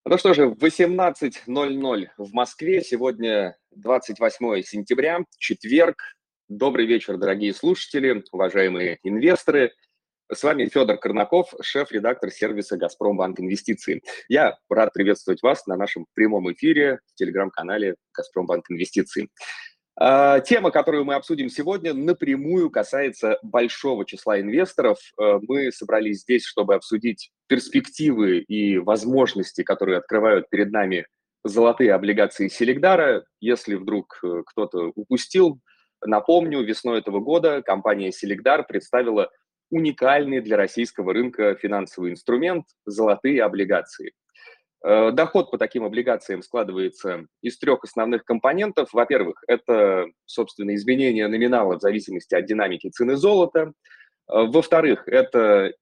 Ну что же, 18:00 в Москве. Сегодня 28 сентября, четверг. Добрый вечер, дорогие слушатели, уважаемые инвесторы. С вами Федор Корнаков, шеф-редактор сервиса «Газпромбанк Инвестиции». Я рад приветствовать вас на нашем прямом эфире в телеграм-канале «Газпромбанк Инвестиции». Тема, которую мы обсудим сегодня, напрямую касается большого числа инвесторов. Мы собрались здесь, чтобы обсудить перспективы и возможности, которые открывают перед нами золотые облигации Селигдара. Если вдруг кто-то упустил, напомню, весной этого года компания Селигдар представила уникальный для российского рынка финансовый инструмент – золотые облигации. Доход по таким облигациям складывается из трех основных компонентов. Во-первых, это, собственно, изменение номинала в зависимости от динамики цены золота. Во-вторых, это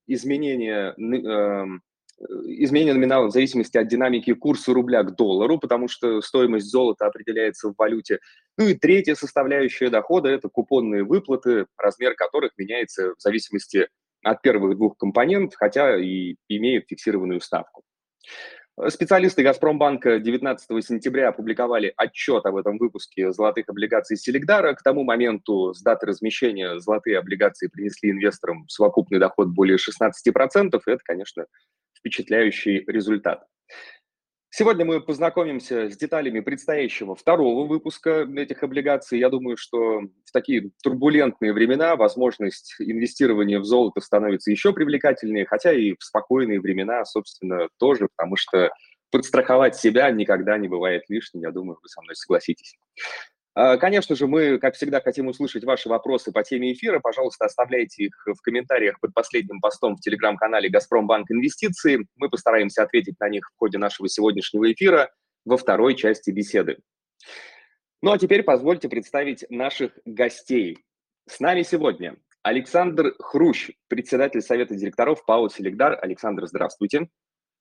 изменение номинала в зависимости от динамики курса рубля к доллару, потому что стоимость золота определяется в валюте. Ну и третья составляющая дохода – это купонные выплаты, размер которых меняется в зависимости от первых двух компонентов, хотя и имеет фиксированную ставку. Специалисты «Газпромбанка» 19 сентября опубликовали отчет об этом выпуске золотых облигаций Селигдара. К тому моменту с даты размещения золотые облигации принесли инвесторам совокупный доход более 16%, и это, конечно, впечатляющий результат. Сегодня мы познакомимся с деталями предстоящего второго выпуска этих облигаций. Я думаю, что в такие турбулентные времена возможность инвестирования в золото становится еще привлекательнее, хотя и в спокойные времена, собственно, тоже, потому что подстраховать себя никогда не бывает лишним. Я думаю, вы со мной согласитесь. Конечно же, мы, как всегда, хотим услышать ваши вопросы по теме эфира. Пожалуйста, оставляйте их в комментариях под последним постом в телеграм-канале «Газпромбанк Инвестиции». Мы постараемся ответить на них в ходе нашего сегодняшнего эфира во второй части беседы. Ну а теперь позвольте представить наших гостей. С нами сегодня Александр Хрущ, председатель Совета директоров ПАО «Селигдар». Александр, здравствуйте.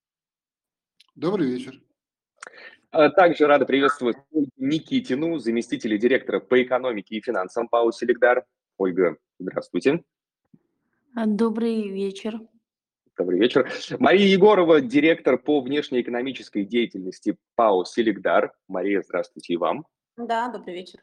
Добрый вечер. Также рада приветствовать Ольгу Никитину, заместителя директора по экономике и финансам ПАО «Селигдар». Ольга, здравствуйте. Добрый вечер. Добрый вечер. Мария Егорова, директор по внешнеэкономической деятельности ПАО «Селигдар». Мария, здравствуйте и вам. Да, добрый вечер.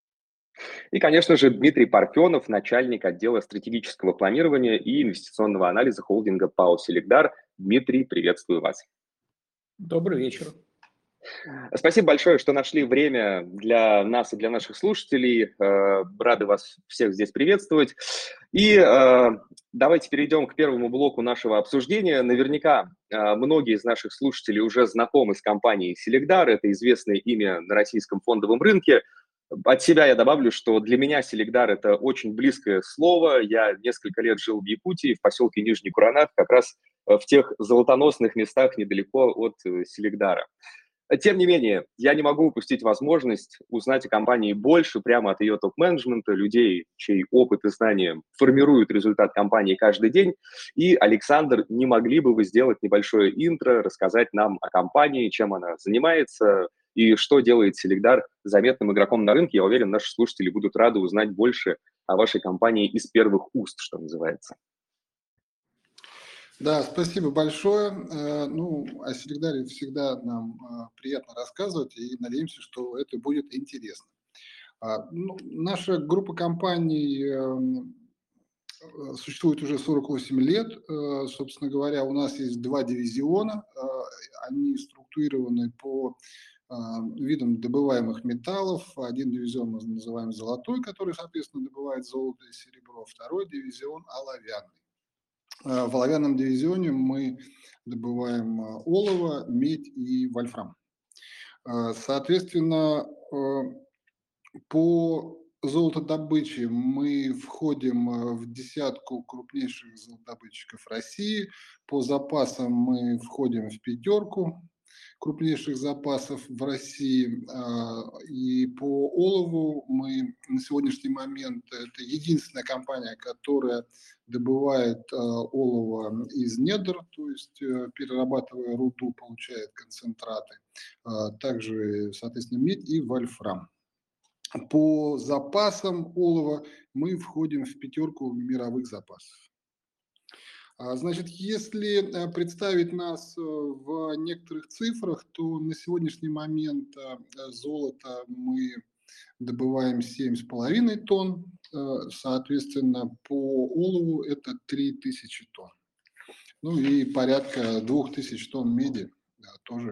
И, конечно же, Дмитрий Парфенов, начальник отдела стратегического планирования и инвестиционного анализа холдинга ПАО «Селигдар». Дмитрий, приветствую вас. Добрый вечер. Спасибо большое, что нашли время для нас и для наших слушателей. Рады вас всех здесь приветствовать. И давайте перейдем к первому блоку нашего обсуждения. Наверняка многие из наших слушателей уже знакомы с компанией Селигдар. Это известное имя на российском фондовом рынке. От себя я добавлю, что для меня Селигдар – это очень близкое слово. Я несколько лет жил в Якутии, в поселке Нижний Куранат, как раз в тех золотоносных местах недалеко от Селигдара. Тем не менее, я не могу упустить возможность узнать о компании больше прямо от ее топ-менеджмента, людей, чей опыт и знания формируют результат компании каждый день. И, Александр, не могли бы вы сделать небольшое интро, рассказать нам о компании, чем она занимается и что делает Селигдар заметным игроком на рынке? Я уверен, наши слушатели будут рады узнать больше о вашей компании из первых уст, что называется. Да, спасибо большое. О Селигдаре всегда нам приятно рассказывать и надеемся, что это будет интересно. Наша группа компаний существует уже 48 лет. Собственно говоря, у нас есть два дивизиона. Они структурированы по видам добываемых металлов. Один дивизион мы называем золотой, который, соответственно, добывает золото и серебро. Второй дивизион оловянный. В оловянном дивизионе мы добываем олово, медь и вольфрам. Соответственно, по золотодобыче мы входим в десятку крупнейших золотодобытчиков России. По запасам мы входим в пятерку крупнейших запасов в России. И по олову мы на сегодняшний момент это единственная компания, которая добывает олово из недр, то есть перерабатывая руду, получает концентраты. Также, соответственно, медь и вольфрам. По запасам олова мы входим в пятерку мировых запасов. Значит, если представить нас в некоторых цифрах, то на сегодняшний момент золото мы добываем 7,5 тонн, соответственно, по олову это 3000 тонн. Ну и порядка 2000 тонн меди тоже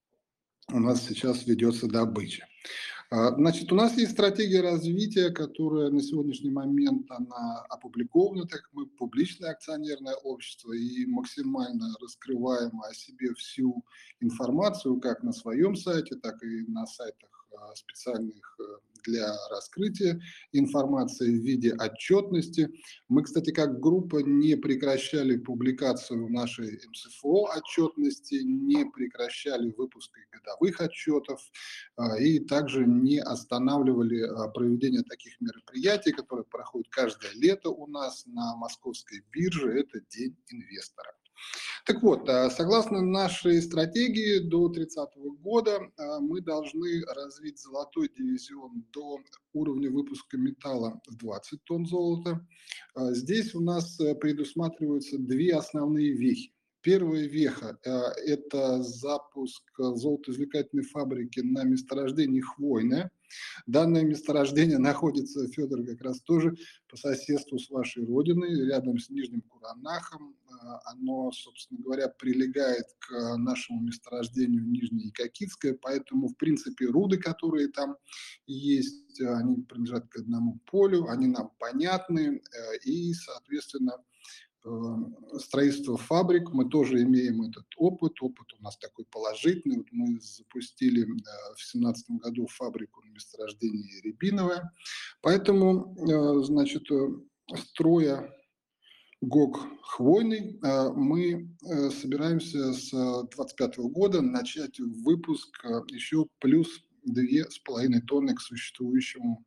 у нас сейчас ведется добыча. Значит, у нас есть стратегия развития, которая на сегодняшний момент она опубликована, так как мы публичное акционерное общество и максимально раскрываем о себе всю информацию, как на своем сайте, так и на сайтах специальных для раскрытия информации в виде отчетности. Мы, кстати, как группа не прекращали публикацию нашей МСФО отчетности, не прекращали выпуск годовых отчетов и также не останавливали проведение таких мероприятий, которые проходят каждое лето у нас на московской бирже. Это День инвестора. Так вот, согласно нашей стратегии до 30 года мы должны развить золотой дивизион до уровня выпуска металла в 20 тонн золота. Здесь у нас предусматриваются две основные вехи. Первая веха – это запуск золотоизвлекательной фабрики на месторождении Хвойное. Данное месторождение находится, Федор, как раз тоже по соседству с вашей родиной, рядом с Нижним Куранахом. Оно, собственно говоря, прилегает к нашему месторождению Нижнее Якутское, поэтому, в принципе, руды, которые там есть, они принадлежат к одному полю, они нам понятны, и, соответственно, строительство фабрик, мы тоже имеем этот опыт у нас такой положительный. Вот мы запустили в 2017 году фабрику на месторождении Рябиновое, поэтому, значит, строя ГОК Хвойный, мы собираемся с 2025 года начать выпуск еще плюс 2,5 тонны к существующему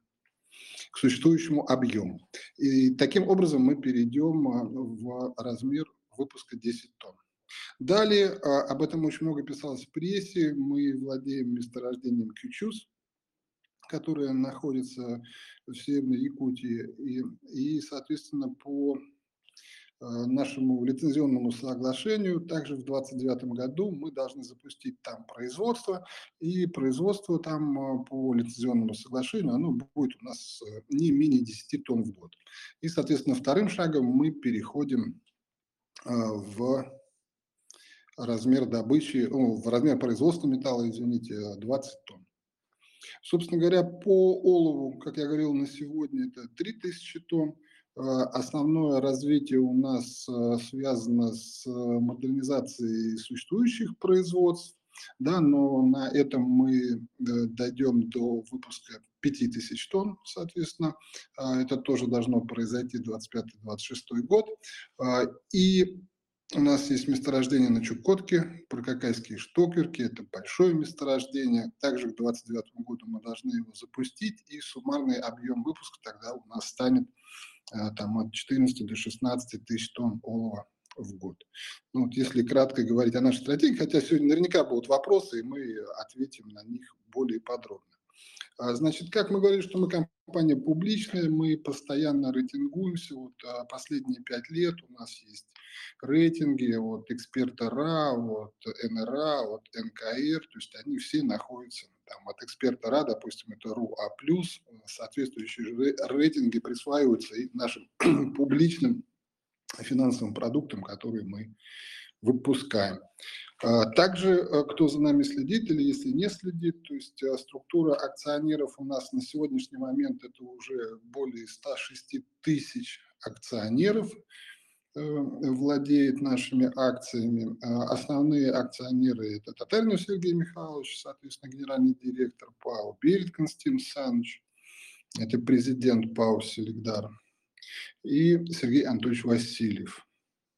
объему. И таким образом мы перейдем в размер выпуска 10 тонн. Далее, об этом очень много писалось в прессе, мы владеем месторождением Кючус, которое находится в Северной Якутии, и соответственно, по нашему лицензионному соглашению, также в 2029 году мы должны запустить там производство, и производство там по лицензионному соглашению, оно будет у нас не менее 10 тонн в год. И, соответственно, вторым шагом мы переходим в размер добычи, в размер производства металла, 20 тонн. Собственно говоря, по олову, как я говорил, на сегодня это 3000 тонн. Основное развитие у нас связано с модернизацией существующих производств, да, но на этом мы дойдем до выпуска 5000 тонн, соответственно. Это тоже должно произойти 2025-2026 год. И у нас есть месторождение на Чукотке, Прокакайские штокерки, это большое месторождение. Также к 2029 году мы должны его запустить, и суммарный объем выпуска тогда у нас станет там, от 14 до 16 тысяч тонн олова в год. Ну, вот если кратко говорить о нашей стратегии, хотя сегодня наверняка будут вопросы, и мы ответим на них более подробно. Значит, как мы говорили, что мы компания публичная, мы постоянно рейтингуемся. Вот последние 5 лет у нас есть рейтинги от эксперта РА, от НРА, от НКР, то есть они все находятся там, от эксперта РА, допустим, это РУА+, соответствующие рейтинги присваиваются и нашим публичным финансовым продуктам, которые мы выпускаем. Также, кто за нами следит или если не следит, то есть структура акционеров у нас на сегодняшний момент это уже более 106 тысяч акционеров владеет нашими акциями. Основные акционеры это Татаринов Сергей Михайлович, соответственно, генеральный директор ПАО, Берет Константин Саныч, это президент ПАО «Селигдар», и Сергей Анатольевич Васильев.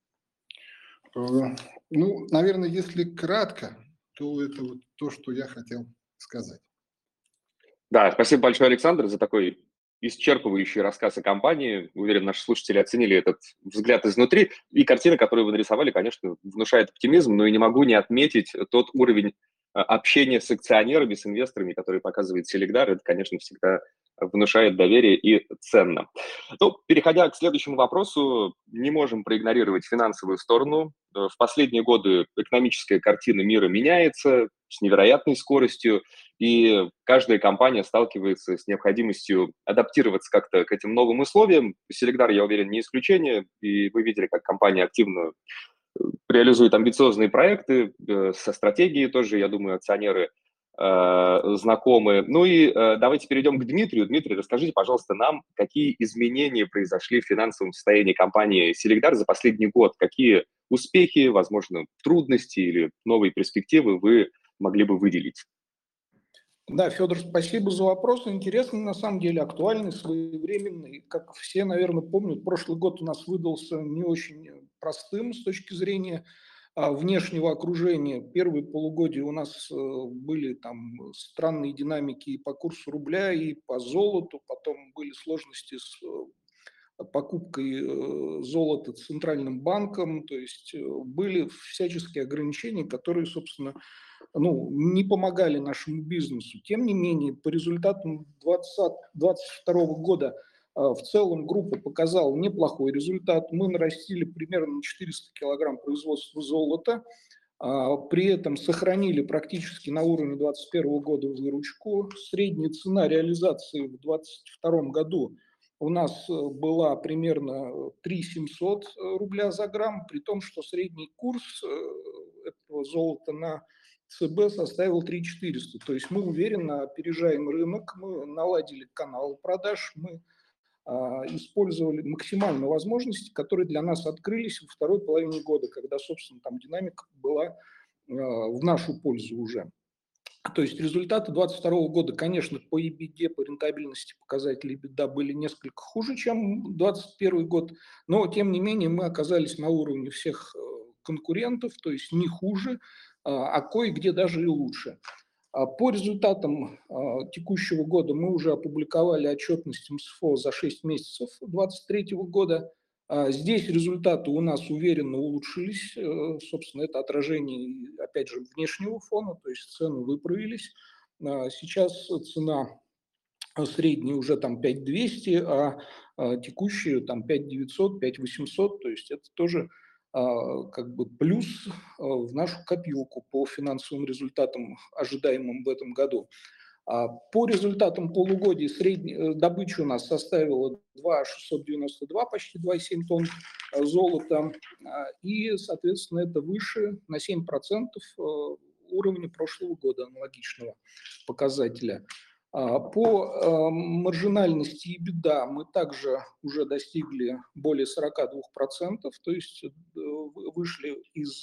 Ну, наверное, если кратко, то это вот то, что я хотел сказать. Да, спасибо большое, Александр, за такой исчерпывающий рассказ о компании. Уверен, наши слушатели оценили этот взгляд изнутри. И картина, которую вы нарисовали, конечно, внушает оптимизм, но и не могу не отметить тот уровень общения с акционерами, с инвесторами, который показывает Селигдар. Это, конечно, всегда внушает доверие и ценно. Ну, переходя к следующему вопросу, не можем проигнорировать финансовую сторону. В последние годы экономическая картина мира меняется с невероятной скоростью, и каждая компания сталкивается с необходимостью адаптироваться как-то к этим новым условиям. Селегдар, я уверен, не исключение, и вы видели, как компания активно реализует амбициозные проекты, со стратегией тоже, я думаю, акционеры знакомы. Ну и давайте перейдем к Дмитрию. Дмитрий, расскажите, пожалуйста, нам, какие изменения произошли в финансовом состоянии компании Селегдар за последний год? Какие успехи, возможно, трудности или новые перспективы вы могли бы выделить? Да, Федор, спасибо за вопрос. Интересный, на самом деле, актуальный, своевременный. Как все, наверное, помнят, прошлый год у нас выдался не очень простым с точки зрения внешнего окружения. Первые полугодия у нас были там странные динамики и по курсу рубля, и по золоту. Потом были сложности с покупкой золота центральным банком. То есть были всяческие ограничения, которые, собственно, не помогали нашему бизнесу. Тем не менее, по результатам 2022 года в целом группа показала неплохой результат. Мы нарастили примерно на 400 килограмм производства золота, при этом сохранили практически на уровне 2021 года выручку. Средняя цена реализации в 2022 году у нас была примерно 3700 рубля за грамм, при том, что средний курс этого золота на ЦБ составил 3400. То есть мы уверенно опережаем рынок, мы наладили канал продаж, мы использовали максимально возможности, которые для нас открылись во второй половине года, когда, собственно, там динамика была в нашу пользу уже. То есть результаты 2022 года, конечно, по EBITDA, по рентабельности показатели EBITDA были несколько хуже, чем 2021 год, но, тем не менее, мы оказались на уровне всех конкурентов, то есть не хуже, а кое-где даже и лучше. По результатам текущего года мы уже опубликовали отчетность МСФО за 6 месяцев 2023 года. Здесь результаты у нас уверенно улучшились. Собственно, это отражение, опять же, внешнего фона, то есть цены выправились. Сейчас цена средняя уже там 5200, а текущая там 5900, 5800, то есть это тоже как бы плюс в нашу копилку по финансовым результатам, ожидаемым в этом году. По результатам полугодия средняя добыча у нас составила 2,692, почти 2,7 тонн золота, и, соответственно, это выше на 7% уровня прошлого года, аналогичного показателя. По маржинальности EBITDA мы также уже достигли более 42%, то есть вышли из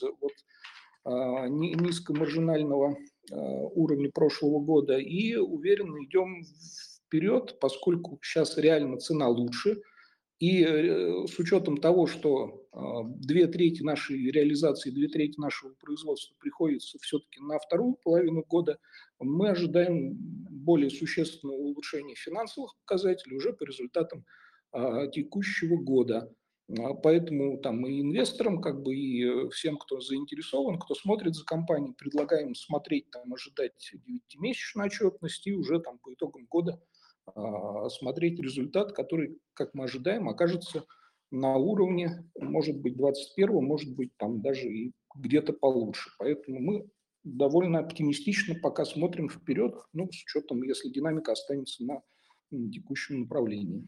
низкомаржинального уровня прошлого года и уверенно идем вперед, поскольку сейчас реально цена лучше. И с учетом того, что 2/3 нашей реализации, 2/3 нашего производства приходится все-таки на вторую половину года, мы ожидаем более существенного улучшения финансовых показателей уже по результатам текущего года. Поэтому там и инвесторам, как бы и всем, кто заинтересован, кто смотрит за компанией, предлагаем смотреть, там, ожидать 9-месячную отчетность и уже там по итогам года смотреть результат, который, как мы ожидаем, окажется на уровне, может быть, 21-го, может быть, там даже и где-то получше. Поэтому мы довольно оптимистично пока смотрим вперед, с учетом, если динамика останется на текущем направлении.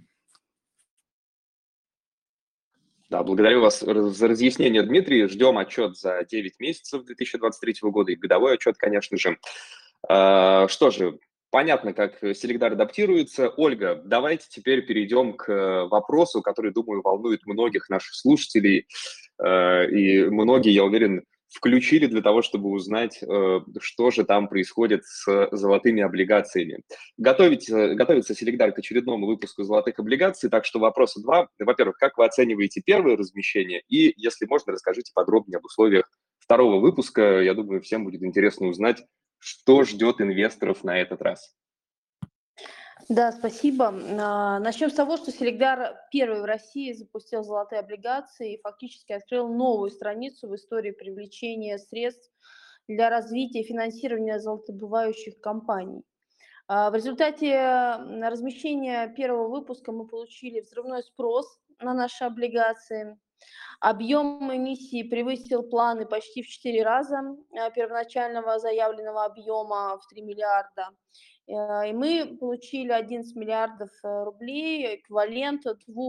Да, благодарю вас за разъяснение, Дмитрий. Ждем отчет за 9 месяцев 2023 года и годовой отчет, конечно же. Что же, понятно, как Селегдар адаптируется. Ольга, давайте теперь перейдем к вопросу, который, думаю, волнует многих наших слушателей. И многие, я уверен, включили для того, чтобы узнать, что же там происходит с золотыми облигациями. Готовится Селегдар к очередному выпуску золотых облигаций, так что вопроса два. Во-первых, как вы оцениваете первое размещение? И, если можно, расскажите подробнее об условиях второго выпуска. Я думаю, всем будет интересно узнать, что ждет инвесторов на этот раз. Да, спасибо. Начнем с того, что Селегдар первый в России запустил золотые облигации и фактически открыл новую страницу в истории привлечения средств для развития и финансирования золотодобывающих компаний. В результате размещения первого выпуска мы получили взрывной спрос на наши облигации. Объем эмиссии превысил планы почти в 4 раза первоначального заявленного объема в 3 миллиарда. И мы получили 11 миллиардов рублей, эквивалент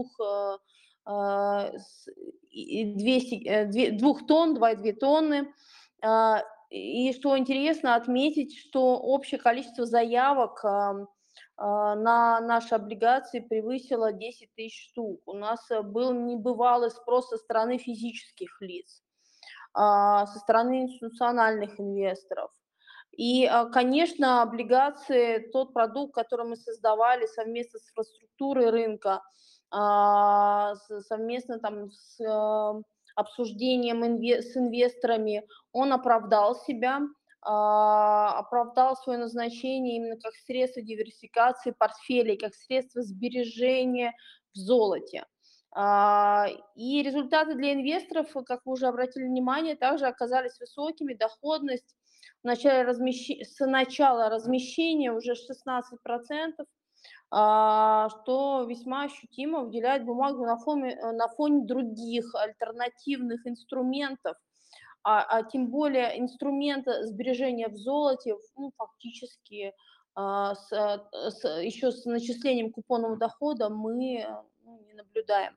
2 тонн, 2,2 тонны. И что интересно отметить, что общее количество заявок на наши облигации превысило 10 тысяч штук. У нас был небывалый спрос со стороны физических лиц, со стороны институциональных инвесторов. И, конечно, облигации, тот продукт, который мы создавали совместно с инфраструктурой рынка, совместно там с обсуждением с инвесторами, он оправдал себя, оправдал свое назначение именно как средство диверсификации портфелей, как средство сбережения в золоте. И результаты для инвесторов, как вы уже обратили внимание, также оказались высокими. Доходность с начала размещения уже 16%, что весьма ощутимо выделяет бумагу на фоне других альтернативных инструментов, тем более инструмента сбережения в золоте, фактически еще с начислением купонного дохода мы не наблюдаем.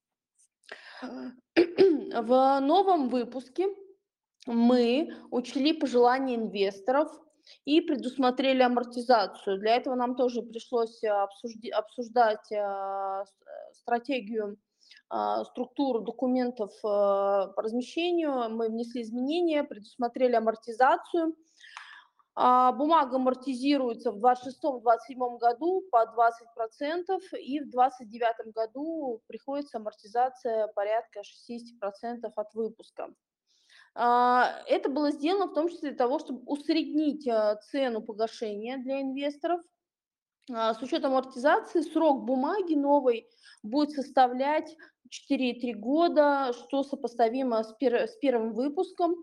В новом выпуске мы учли пожелания инвесторов и предусмотрели амортизацию. Для этого нам тоже пришлось обсуждать стратегию, структуру документов по размещению. Мы внесли изменения, предусмотрели амортизацию. Бумага амортизируется в 2026-2027 году по 20%, и в 2029 году приходится амортизация порядка 60% от выпуска. Это было сделано в том числе для того, чтобы усреднить цену погашения для инвесторов. С учетом амортизации срок бумаги новой будет составлять 4,3 года, что сопоставимо с первым выпуском.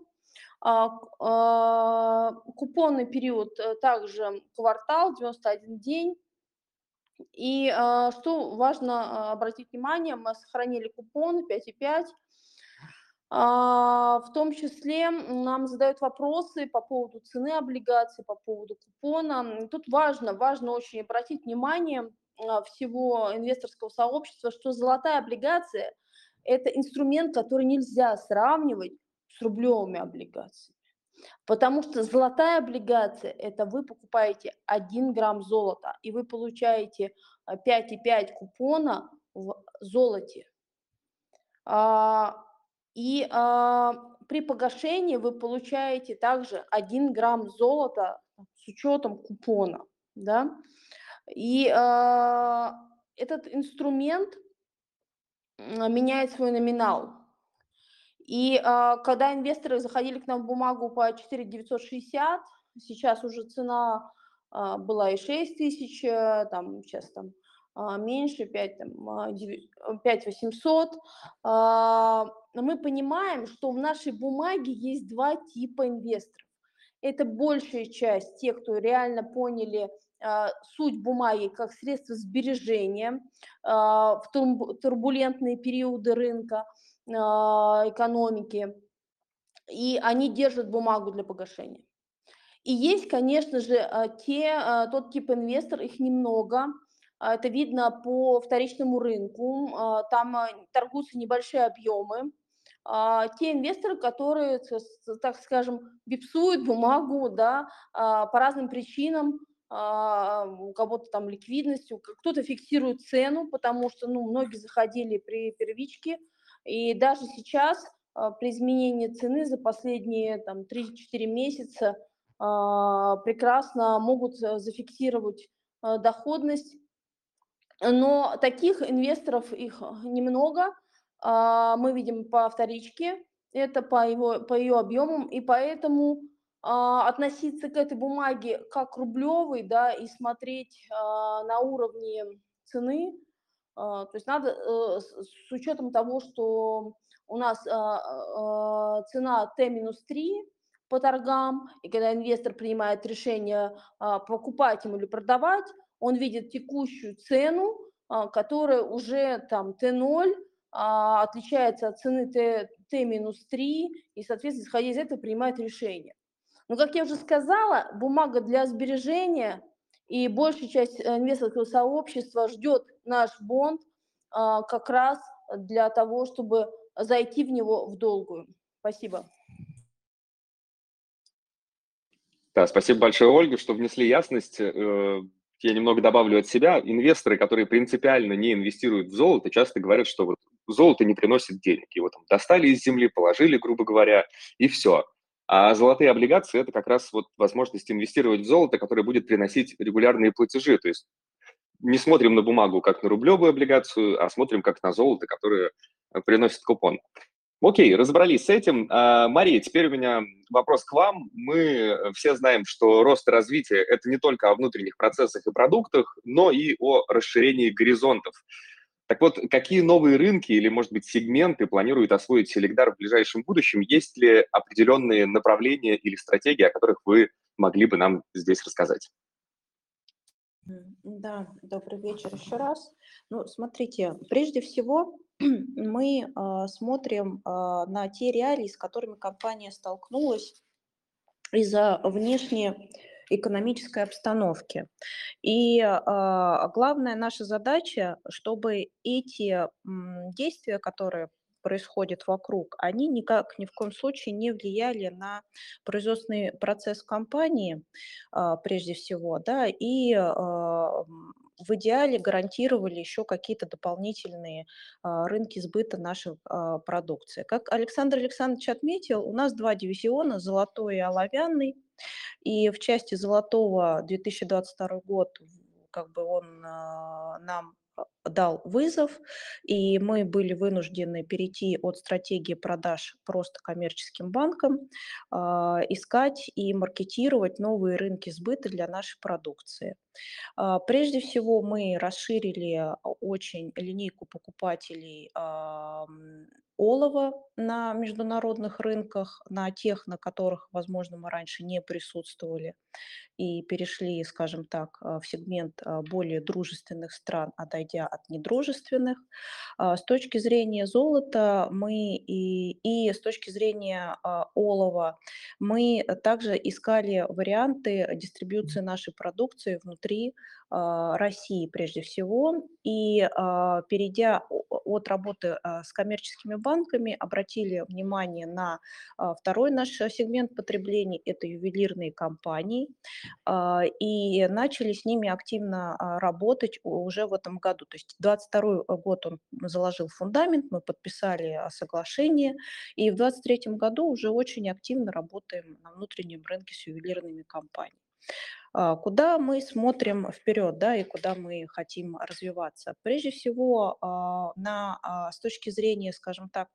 Купонный период также квартал, 91 день. И что важно обратить внимание, мы сохранили купон 5,5. В том числе нам задают вопросы по поводу цены облигаций, по поводу купона. Тут важно очень обратить внимание всего инвесторского сообщества, что золотая облигация – это инструмент, который нельзя сравнивать с рублевыми облигациями. Потому что золотая облигация – это вы покупаете 1 грамм золота, и вы получаете 5,5 купона в золоте. И при погашении вы получаете также 1 грамм золота с учетом купона. Да? И этот инструмент меняет свой номинал. И когда инвесторы заходили к нам в бумагу по 4,960, сейчас уже цена была и 6 тысяч, сейчас меньше, 5,800. Мы понимаем, что в нашей бумаге есть два типа инвесторов. Это большая часть тех, кто реально поняли суть бумаги как средство сбережения в турбулентные периоды рынка, экономики, и они держат бумагу для погашения. И есть, конечно же, тот тип инвестор, их немного. Это видно по вторичному рынку, там торгуются небольшие объемы. Те инвесторы, которые, так скажем, бипсуют бумагу, да, по разным причинам, у кого-то там ликвидностью, кто-то фиксирует цену, потому что многие заходили при первичке, и даже сейчас при изменении цены за последние 3-4 месяца прекрасно могут зафиксировать доходность. Но таких инвесторов их немного. Мы видим по вторичке, это по ее объемам, и поэтому относиться к этой бумаге как рублевой, да, и смотреть на уровне цены, то есть надо с учетом того, что у нас цена Т-3, по торгам, и когда инвестор принимает решение покупать ему или продавать, он видит текущую цену, которая уже там Т0, отличается от цены Т-3, и, соответственно, исходя из этого, принимает решение. Но, как я уже сказала, бумага для сбережения, и большая часть инвесторского сообщества ждет наш бонд как раз для того, чтобы зайти в него в долгую. Спасибо. Да, спасибо большое, Ольга, что внесли ясность. Я немного добавлю от себя. Инвесторы, которые принципиально не инвестируют в золото, часто говорят, что вот золото не приносит денег. Его там достали из земли, положили, грубо говоря, и все. А золотые облигации – это как раз вот возможность инвестировать в золото, которое будет приносить регулярные платежи. То есть не смотрим на бумагу как на рублевую облигацию, а смотрим как на золото, которое приносит купон. Окей, разобрались с этим. Мария, теперь у меня вопрос к вам. Мы все знаем, что рост и развитие – это не только о внутренних процессах и продуктах, но и о расширении горизонтов. Так вот, какие новые рынки или, может быть, сегменты планирует освоить Селигдар в ближайшем будущем? Есть ли определенные направления или стратегии, о которых вы могли бы нам здесь рассказать? Да, добрый вечер еще раз. Ну, смотрите, прежде всего мы смотрим на те реалии, с которыми компания столкнулась из-за внешней экономической обстановки. И главная наша задача, чтобы эти действия, которые происходят вокруг, они никак ни в коем случае не влияли на производственный процесс компании, прежде всего, да, и в идеале гарантировали еще какие-то дополнительные рынки сбыта нашей продукции. Как Александр Александрович отметил, у нас два дивизиона, золотой и оловянный. И в части золотого 2022 год, как бы он нам дал вызов, и мы были вынуждены перейти от стратегии продаж просто коммерческим банкам, искать и маркетировать новые рынки сбыта для нашей продукции. Прежде всего, мы расширили очень линейку покупателей олова на международных рынках, на тех, на которых, возможно, мы раньше не присутствовали, и перешли, скажем так, в сегмент более дружественных стран, отойдя от недружественных. С точки зрения золота мы и с точки зрения олова мы также искали варианты дистрибьюции нашей продукции внутри России прежде всего. И перейдя от работы с коммерческими банками, обратили внимание на второй наш сегмент потребления – это ювелирные компании. И начали с ними активно работать уже в этом году. То есть 2022 год он заложил фундамент, мы подписали соглашение, и в 2023 году уже очень активно работаем на внутреннем рынке с ювелирными компаниями. Куда мы смотрим вперед, да, и куда мы хотим развиваться? Прежде всего, с точки зрения, скажем так,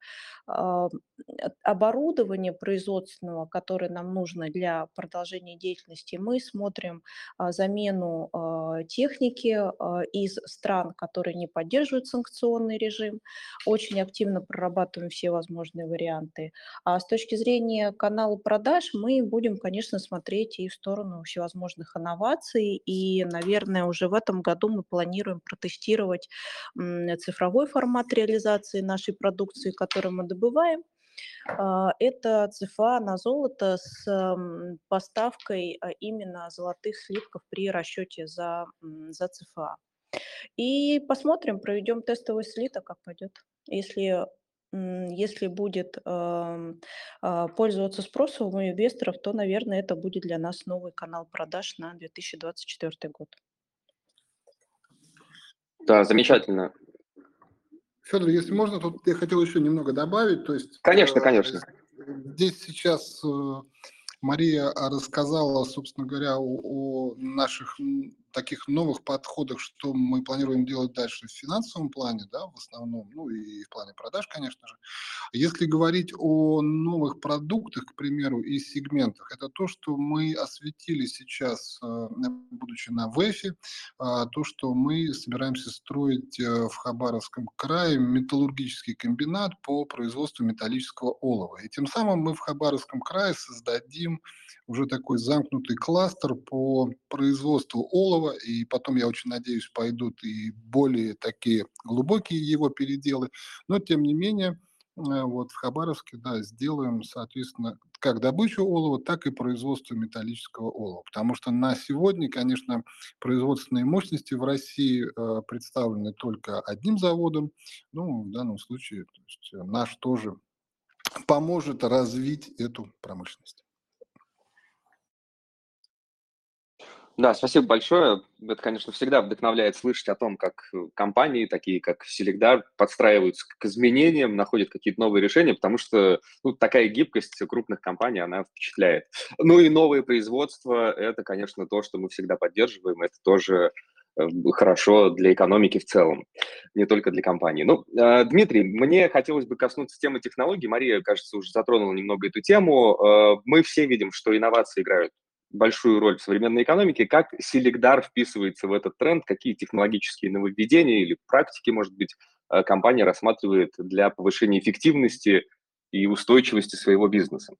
оборудования производственного, которое нам нужно для продолжения деятельности, мы смотрим замену техники из стран, которые не поддерживают санкционный режим. Очень активно прорабатываем все возможные варианты. А с точки зрения канала продаж мы будем, конечно, смотреть и в сторону всевозможных инноваций. И, наверное, уже в этом году мы планируем протестировать цифровой формат реализации нашей продукции, которую мы добываем. Это ЦФА на золото с поставкой именно золотых слитков при расчете за ЦФА. И посмотрим, проведем тестовый слиток, как пойдет. Если будет пользоваться спросом у инвесторов, то, наверное, это будет для нас новый канал продаж на 2024 год. Да, замечательно. Федор, если можно, тут я хотел еще немного добавить. То есть, Конечно, конечно. Здесь сейчас Мария рассказала, собственно говоря, о наших таких новых подходах, что мы планируем делать дальше в финансовом плане, да, в основном, ну и в плане продаж, конечно же. Если говорить о новых продуктах, к примеру, и сегментах, это то, что мы осветили сейчас, будучи на ВЭФе, то, что мы собираемся строить в Хабаровском крае металлургический комбинат по производству металлического олова. И тем самым мы в Хабаровском крае создадим уже такой замкнутый кластер по производству олова, и потом, я очень надеюсь, пойдут и более такие глубокие его переделы, но тем не менее, вот в Хабаровске, да, сделаем, соответственно, как добычу олова, так и производство металлического олова. Потому что на сегодня, конечно, производственные мощности в России представлены только одним заводом. Ну, в данном случае, то есть, наш тоже поможет развить эту промышленность. Да, спасибо большое. Это, конечно, всегда вдохновляет слышать о том, как компании, такие как Селигдар, подстраиваются к изменениям, находят какие-то новые решения, потому что такая гибкость крупных компаний, она впечатляет. Ну и новые производства – это, конечно, то, что мы всегда поддерживаем, это тоже хорошо для экономики в целом, не только для компаний. Ну, Дмитрий, мне хотелось бы коснуться темы технологий. Мария, кажется, уже затронула немного эту тему. Мы все видим, что инновации играют большую роль в современной экономике. Как Селигдар вписывается в этот тренд? Какие технологические нововведения или практики, может быть, компания рассматривает для повышения эффективности и устойчивости своего бизнеса?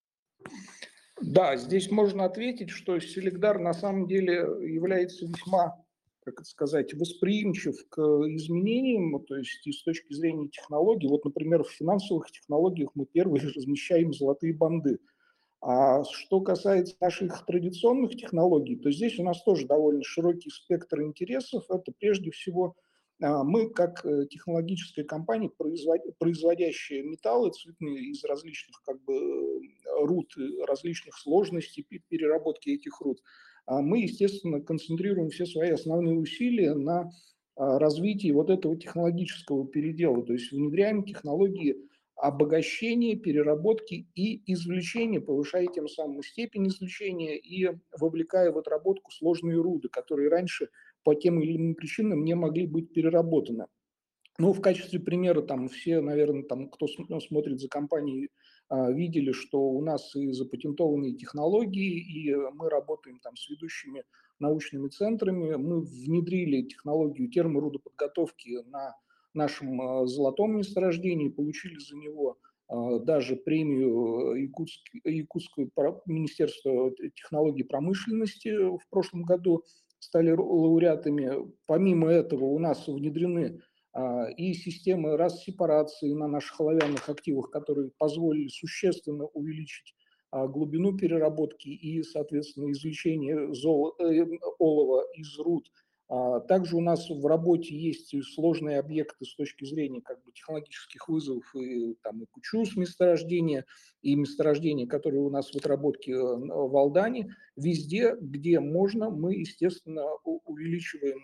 Да, здесь можно ответить, что Селигдар на самом деле является весьма, как это сказать, восприимчив к изменениям, то есть и с точки зрения технологий. Вот, например, в финансовых технологиях мы первые размещаем золотые банды. А что касается наших традиционных технологий, то здесь у нас тоже довольно широкий спектр интересов. Это прежде всего мы, как технологическая компания, производящая металлы цветные из различных руд, различных сложностей переработки этих руд, мы, естественно, концентрируем все свои основные усилия на развитии вот этого технологического передела, то есть внедряем технологии обогащения, переработки и извлечения, повышая тем самым степень извлечения и вовлекая в отработку сложные руды, которые раньше по тем или иным причинам не могли быть переработаны. Ну, в качестве примера, там все, наверное, там, кто смотрит за компанией, видели, что у нас и запатентованные технологии, и мы работаем там с ведущими научными центрами. Мы внедрили технологию терморудоподготовки на нашем золотом месторождении, получили за него даже премию Якутского министерства технологий промышленности в прошлом году, стали лауреатами. Помимо этого у нас внедрены и системы рассепарации на наших оловянных активах, которые позволили существенно увеличить глубину переработки и, соответственно, извлечение олова из руд. Также у нас в работе есть сложные объекты с точки зрения технологических вызовов, и Кучус месторождения, и месторождения, которые у нас в отработке в Алдане. Везде, где можно, мы, естественно, увеличиваем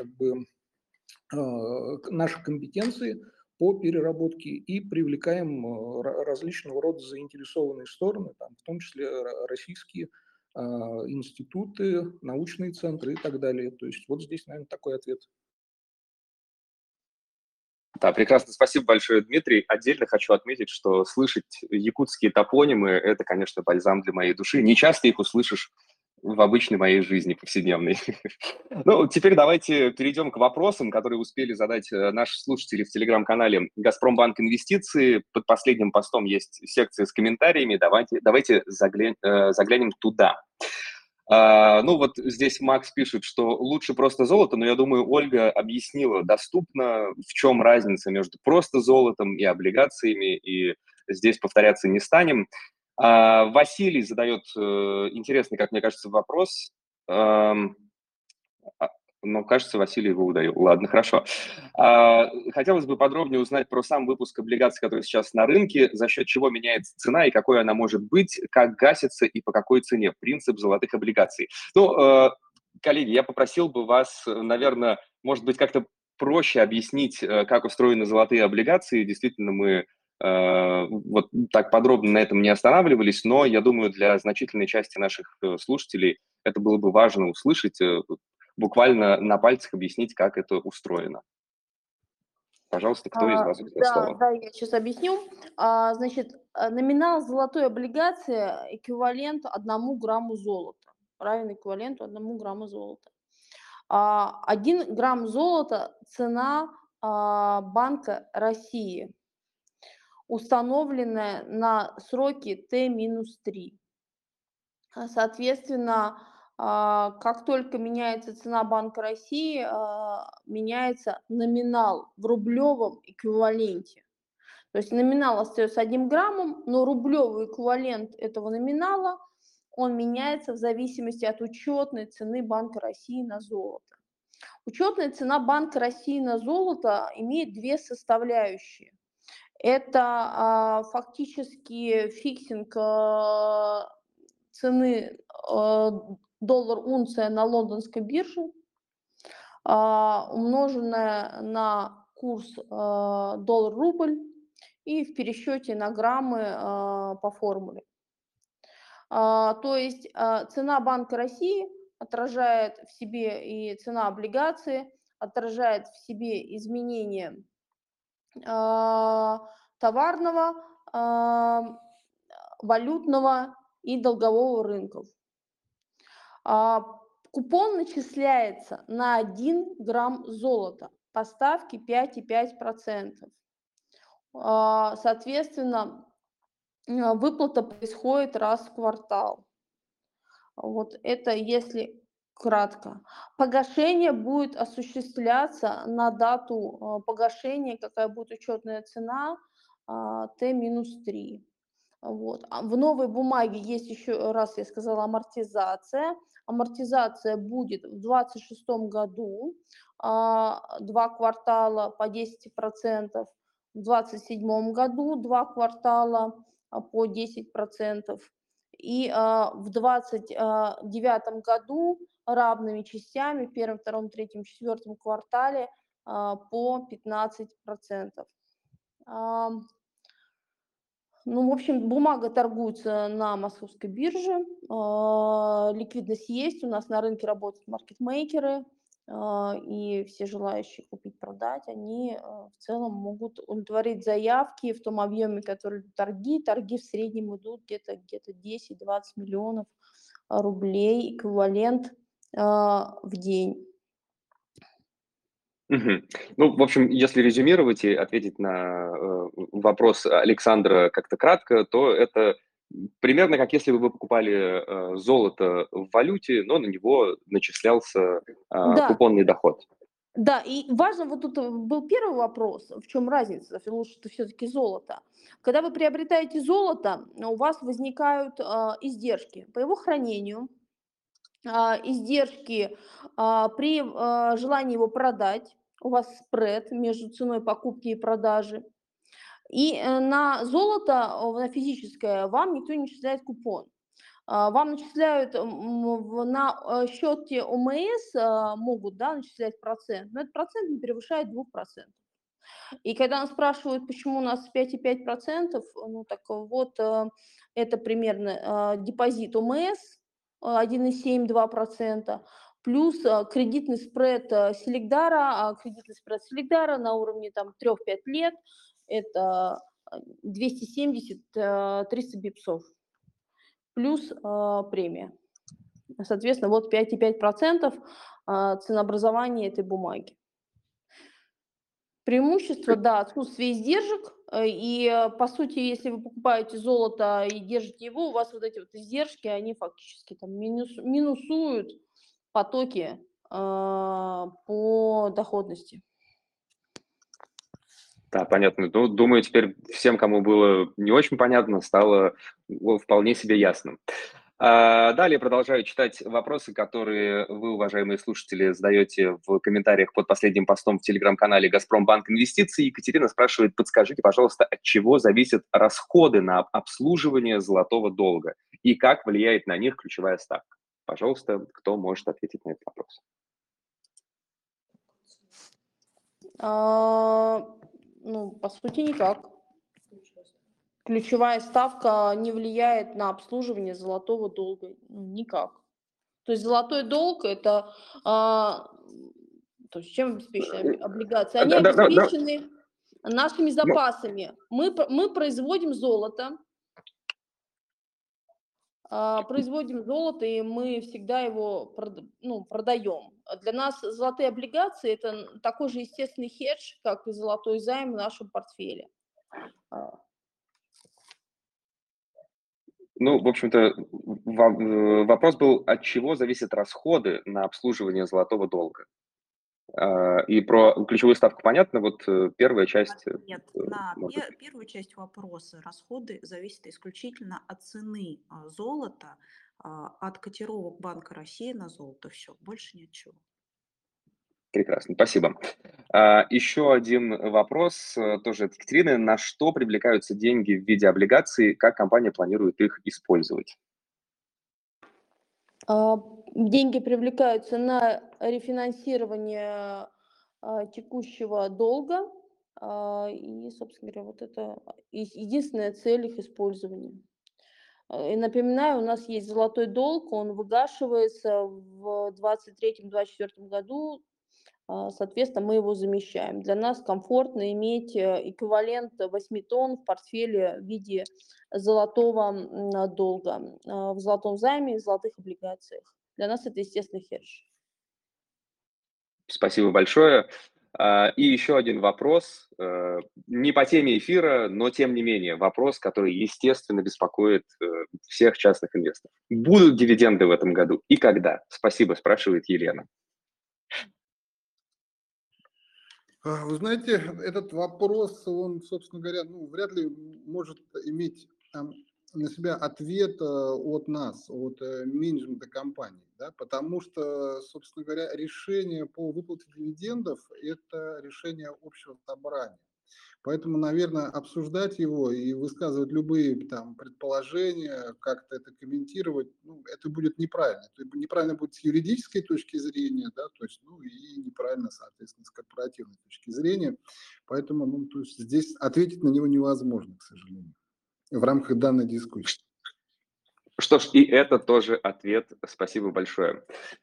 наши компетенции по переработке и привлекаем различного рода заинтересованные стороны, в том числе российские институты, научные центры и так далее. То есть вот здесь, наверное, такой ответ. Да, прекрасно. Спасибо большое, Дмитрий. Отдельно хочу отметить, что слышать якутские топонимы – это, конечно, бальзам для моей души. Не часто их услышишь в обычной моей жизни повседневной. Ну, теперь давайте перейдем к вопросам, которые успели задать наши слушатели в телеграм-канале «Газпромбанк Инвестиции». Под последним постом есть секция с комментариями. Давайте заглянем туда. Ну, вот здесь Макс пишет, что лучше просто золото, но я думаю, Ольга объяснила доступно, в чем разница между просто золотом и облигациями, и здесь повторяться не станем. Василий задает интересный, как мне кажется, вопрос. Но, кажется, Василий его удалил. Ладно, хорошо. Хотелось бы подробнее узнать про сам выпуск облигаций, который сейчас на рынке, за счет чего меняется цена и какой она может быть, как гасится и по какой цене. Принцип золотых облигаций. Ну, коллеги, я попросил бы вас, наверное, может быть, как-то проще объяснить, как устроены золотые облигации. Действительно, мы вот так подробно на этом не останавливались, но я думаю, для значительной части наших слушателей это было бы важно услышать. буквально на пальцах объяснить, как это устроено. Пожалуйста, кто из вас взял слово? Да, я сейчас объясню. Значит, номинал золотой облигации эквивалент 1 грамму золота. Равен эквиваленту 1 грамму золота. 1 грамм золота – цена Банка России, установленная на сроки Т-3. Соответственно, как только меняется цена Банка России, меняется номинал в рублевом эквиваленте. То есть номинал остается 1 граммом, но рублевый эквивалент этого номинала, он меняется в зависимости от учетной цены Банка России на золото. Учетная цена Банка России на золото имеет две составляющие. Это фактически фиксинг цены доллар-унция на лондонской бирже, умноженная на курс доллар-рубль и в пересчете на граммы по формуле. То есть цена Банка России отражает в себе и цена облигации, отражает в себе изменения товарного, валютного и долгового рынков. Купон начисляется на 1 грамм золота по ставке 5,5%. Соответственно, выплата происходит раз в квартал. Вот это если кратко. Погашение будет осуществляться на дату погашения, какая будет учетная цена Т-3. Вот. В новой бумаге есть еще раз, я сказала, амортизация. Амортизация будет в 2026 году, 2 квартала по 10%, в 2027 году 2 квартала по 10%, и в 2029 году равными частями в первом, втором, третьем, четвертом квартале по 15%. Ну, в общем, бумага торгуется на московской бирже, ликвидность есть, у нас на рынке работают маркетмейкеры, и все желающие купить, продать, они в целом могут удовлетворить заявки в том объеме, который торги в среднем идут где-то 10-20 миллионов рублей, эквивалент в день. Мгм. Ну, в общем, если резюмировать и ответить на вопрос Александра как-то кратко, то это примерно как если бы вы покупали золото в валюте, но на него начислялся Да, купонный доход. да, и важно, вот тут был первый вопрос, в чем разница, лучше-то все-таки золото. Когда вы приобретаете золото, у вас возникают издержки по его хранению, издержки при желании его продать, у вас спред между ценой покупки и продажи. И на золото, на физическое, вам никто не начисляет купон. Вам начисляют на счете ОМС, могут, да, начислять процент, но этот процент не превышает 2%. И когда нас спрашивают, почему у нас 5,5%, ну так вот, это примерно депозит ОМС 1,7-2%, плюс кредитный спред Селигдара на уровне там 3-5 лет, это 270-300 бипсов, плюс премия. Соответственно, вот 5,5% ценообразования этой бумаги. Преимущество, да, отсутствие издержек, и по сути, если вы покупаете золото и держите его, у вас вот эти вот издержки, они фактически там минусуют потоки по доходности. Да, понятно. Ну, думаю, теперь всем, кому было не очень понятно, стало вполне себе ясным. Далее продолжаю читать вопросы, которые вы, уважаемые слушатели, задаете в комментариях под последним постом в телеграм-канале «Газпромбанк Инвестиции». Екатерина спрашивает, подскажите, пожалуйста, от чего зависят расходы на обслуживание золотого долга и как влияет на них ключевая ставка? Пожалуйста, кто может ответить на этот вопрос? Ну, по сути, никак. Ключевая ставка не влияет на обслуживание золотого долга. Никак. То есть золотой долг – это, то есть чем обеспечены облигации? Они обеспечены нашими запасами. Мы производим золото, и мы всегда его продаем. Для нас золотые облигации – это такой же естественный хедж, как и золотой займ в нашем портфеле. Ну, в общем-то, вопрос был, от чего зависят расходы на обслуживание золотого долга. И про ключевую ставку понятно, вот первая часть... Нет, первую часть вопроса расходы зависят исключительно от цены золота, от котировок Банка России на золото. Все, больше ни от чего. Прекрасно, спасибо. Еще один вопрос, тоже от Екатерины. На что привлекаются деньги в виде облигаций, как компания планирует их использовать? Деньги привлекаются на рефинансирование текущего долга, и, собственно говоря, вот это единственная цель их использования. И напоминаю, у нас есть золотой долг, он выгашивается в 2023-2024 году, соответственно, мы его замещаем. Для нас комфортно иметь эквивалент 8 тонн в портфеле в виде золотого долга, в золотом займе и золотых облигациях. Для нас это естественный хедж. Спасибо большое. И еще один вопрос, не по теме эфира, но тем не менее вопрос, который, естественно, беспокоит всех частных инвесторов. Будут дивиденды в этом году и когда? Спасибо, спрашивает Елена. Вы знаете, этот вопрос, он, собственно говоря, вряд ли может иметь на себя ответ от нас, от менеджмента компании, да, потому что, собственно говоря, решение по выплате дивидендов – это решение общего собрания. Поэтому, наверное, обсуждать его и высказывать любые там предположения, как-то это комментировать, это будет неправильно. Это неправильно будет с юридической точки зрения, да, то есть, и неправильно, соответственно, с корпоративной точки зрения. Поэтому, то есть здесь ответить на него невозможно, к сожалению, в рамках данной дискуссии. Что ж, и это тоже ответ. Спасибо большое.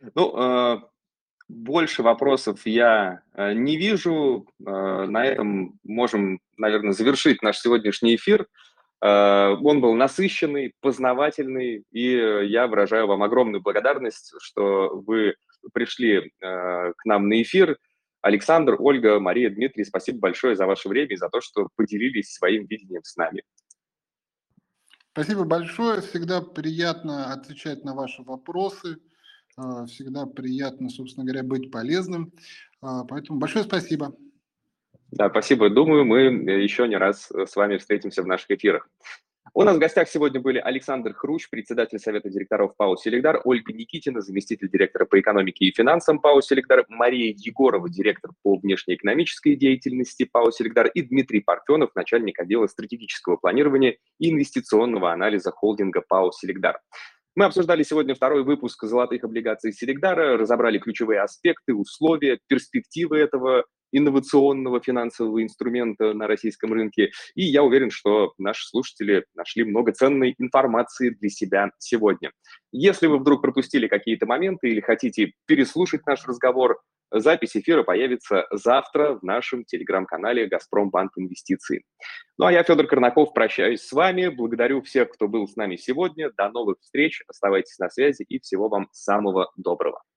Больше вопросов я не вижу. На этом можем, наверное, завершить наш сегодняшний эфир. Он был насыщенный, познавательный, и я выражаю вам огромную благодарность, что вы пришли к нам на эфир. Александр, Ольга, Мария, Дмитрий, спасибо большое за ваше время и за то, что поделились своим видением с нами. Спасибо большое. Всегда приятно отвечать на ваши вопросы. Всегда приятно, собственно говоря, быть полезным. Поэтому большое спасибо. Да, спасибо. Думаю, мы еще не раз с вами встретимся в наших эфирах. У нас в гостях сегодня были Александр Хрущ, председатель Совета директоров ПАО «Селигдар», Ольга Никитина, заместитель директора по экономике и финансам ПАО «Селигдар», Мария Егорова, директор по внешнеэкономической деятельности ПАО «Селигдар» и Дмитрий Парфенов, начальник отдела стратегического планирования и инвестиционного анализа холдинга ПАО «Селигдар». Мы обсуждали сегодня второй выпуск золотых облигаций Селигдара, разобрали ключевые аспекты, условия, перспективы этого инновационного финансового инструмента на российском рынке. И я уверен, что наши слушатели нашли много ценной информации для себя сегодня. Если вы вдруг пропустили какие-то моменты или хотите переслушать наш разговор, запись эфира появится завтра в нашем телеграм-канале «Газпромбанк Инвестиции». Ну а я, Федор Корнаков, прощаюсь с вами. Благодарю всех, кто был с нами сегодня. До новых встреч. Оставайтесь на связи и всего вам самого доброго.